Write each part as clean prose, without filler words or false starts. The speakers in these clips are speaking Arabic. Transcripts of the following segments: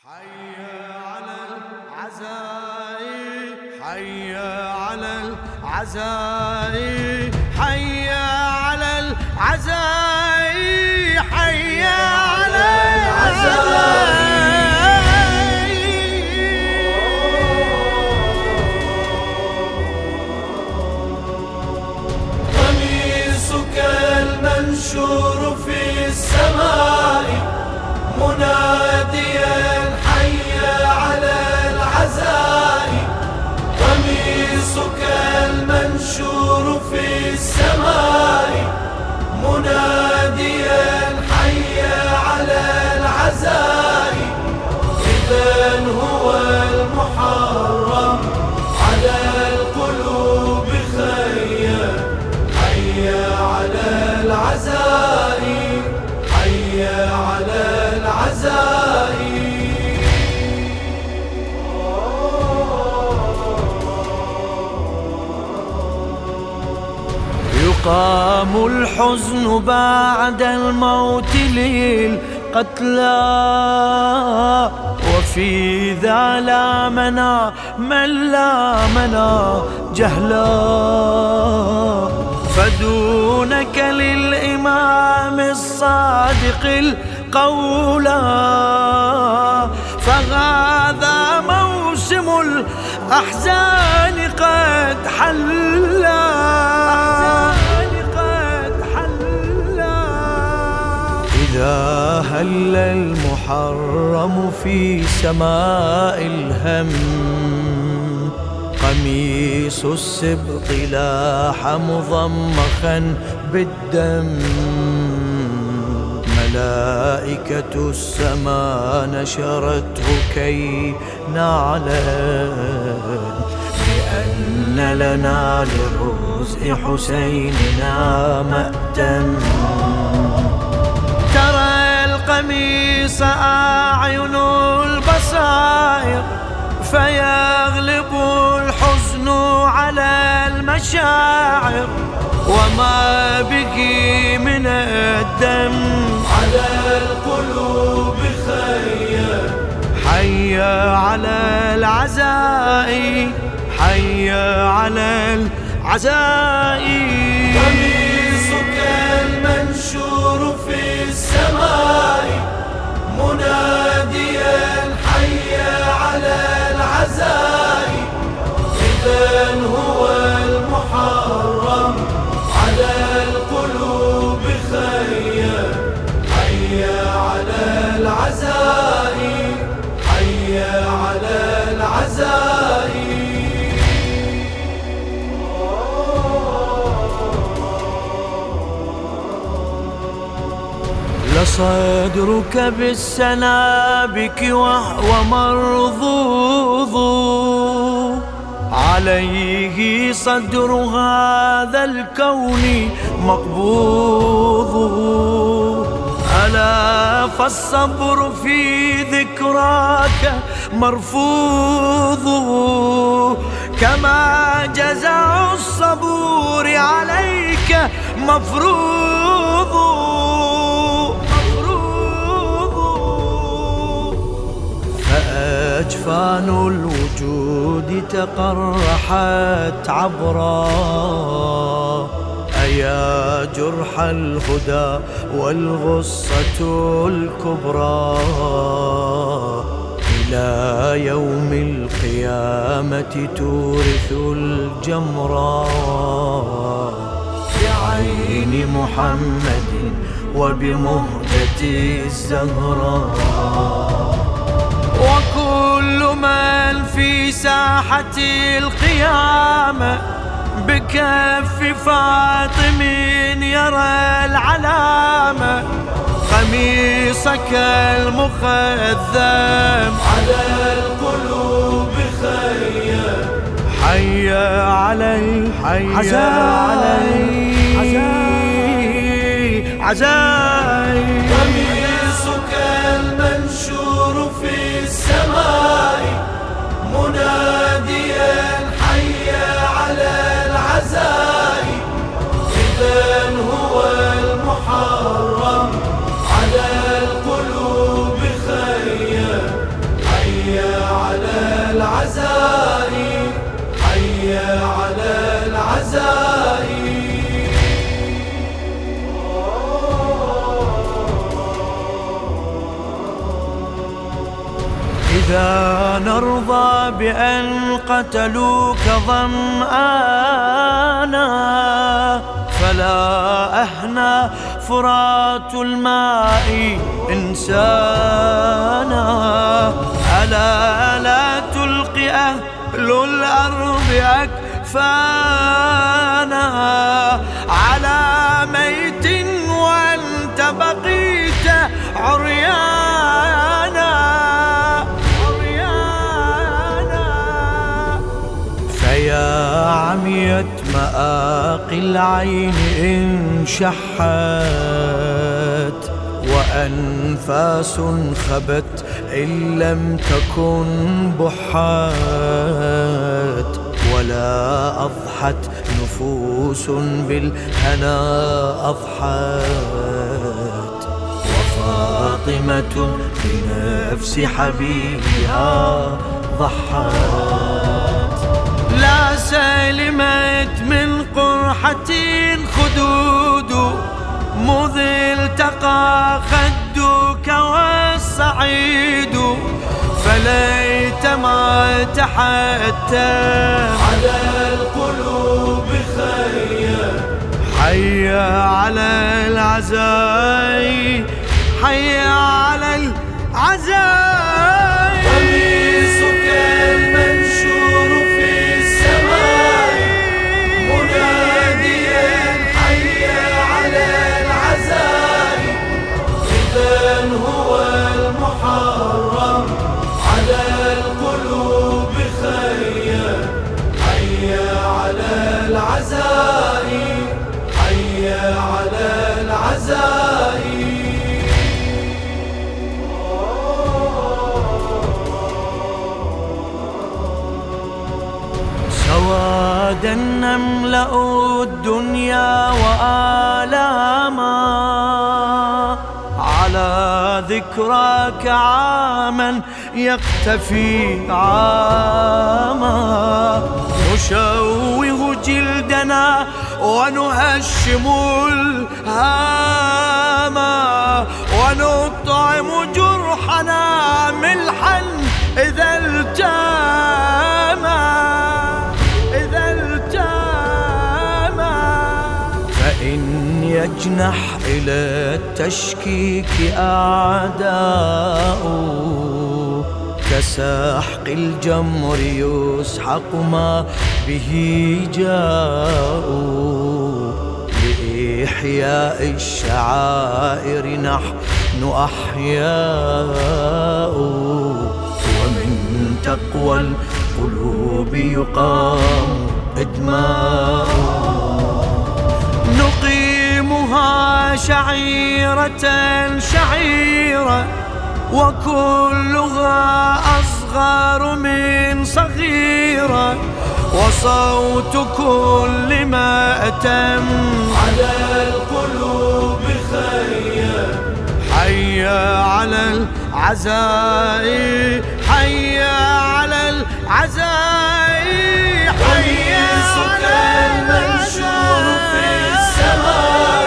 حي على العزاء حي على العزاء حي على العزاء حي على العزاء قميصك المنشور في السماء مناديا حي على العزاء قميصك المنشور في السماء مناديا حي على العزاء إذن هو المحرم على القلوب خيا حي على العزاء حي على العزاء يقام الحزن بعد الموت للقتلى وفي ذا لامنا من لامنا جهلا فدونك للإمام الصادق القولا فهذا موسم الأحزان قد حلا إذا هل المحرم في سماء الهم قميص السبط لاح مضمخا بالدم ملائكة السماء نشرته كي نعلم بأن لنا لرزق حسيننا مأتم ترى القميص أعين البصائر فيغلب الحزن على المشاعر وما به من الدم على القلوب خيا حي على العزاء حي على العزاء قميصك المنشور في السماء مناديا حي على العزاء إذن هو المحرم على القلوب خيا حي على العزاء حي على العزاء لصدرك بالسنابك وهو مرضوض عليه صدر هذا الكون مقبوض ألا فالصبر في ذكراك مرفوض كما جزع الصبور عليك مفروض فأجفان الوجود تقرحت عبرا أيا جرح الهدى والغصة الكبرى إلى يوم القيامة تورث الجمرا بعين محمد وبمهجة الزهراء وكل من في ساحة القيامة بكف فاطم يرى العلامة قميصك المخذم على القلوب خيا حي على العزاء قميصك المنشور في السماء مناديا حي على العزاء إذن هو المحرم على القلوب خيا العزاء حي على العزاء. إذا نرضى بأن قتلوك ظمآنا فلا أهنى فرات الماء إنسانا. ألا لا تلقي أهل الأرض أكفانا على ميت وأنت بقيت عريانا. فيا عميت مآقي العين إن شحت وأنفاس خبت إن لم تكن بحات. ولا أضحت نفوس بالهنا أضحت وفاطمة بنفس حبيبها ضحت. لا سلمت من قرحة خدود مذ التقى خدك والصعيد. فليت ما تحتم على القلوب خيا حي على العزاء حي على العزاء. قميصك المنشور في السماء مناديا حي على العزاء. إذن هو المحرم على القلوب خيا حي على العزاء حي على العزاء. سوادا نملأ الدنيا وآلاما على ذكراك عاما يختفي عاما. نشوه جلدنا ونهشم الهاما ونطعم جرحنا ملحا إذا التاما. فإن يجنح إلى التشكيك أعداء كسحق الجمر يسحق ما به جاءوا. لإحياء الشعائر نحن أحياء ومن تقوى القلوب يقام إدماء. نقيمها شعيرة شعيرة وكلها أصغر من صغيرة. وصوت كل ما أتم على القلوب خيا حي على العزاء حي على العزاء. قميصك المنشور في السماء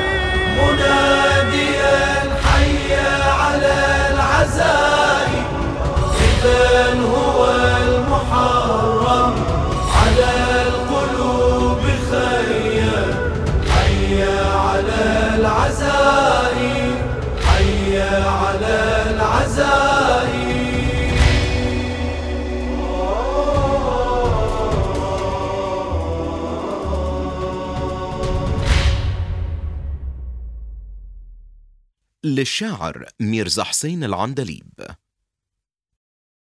مناديا حي على العزاء. إذن هو المحرم على القلوب خيا حي على العزاء حي على العزاء. للشاعر ميرزا حسين العندليب.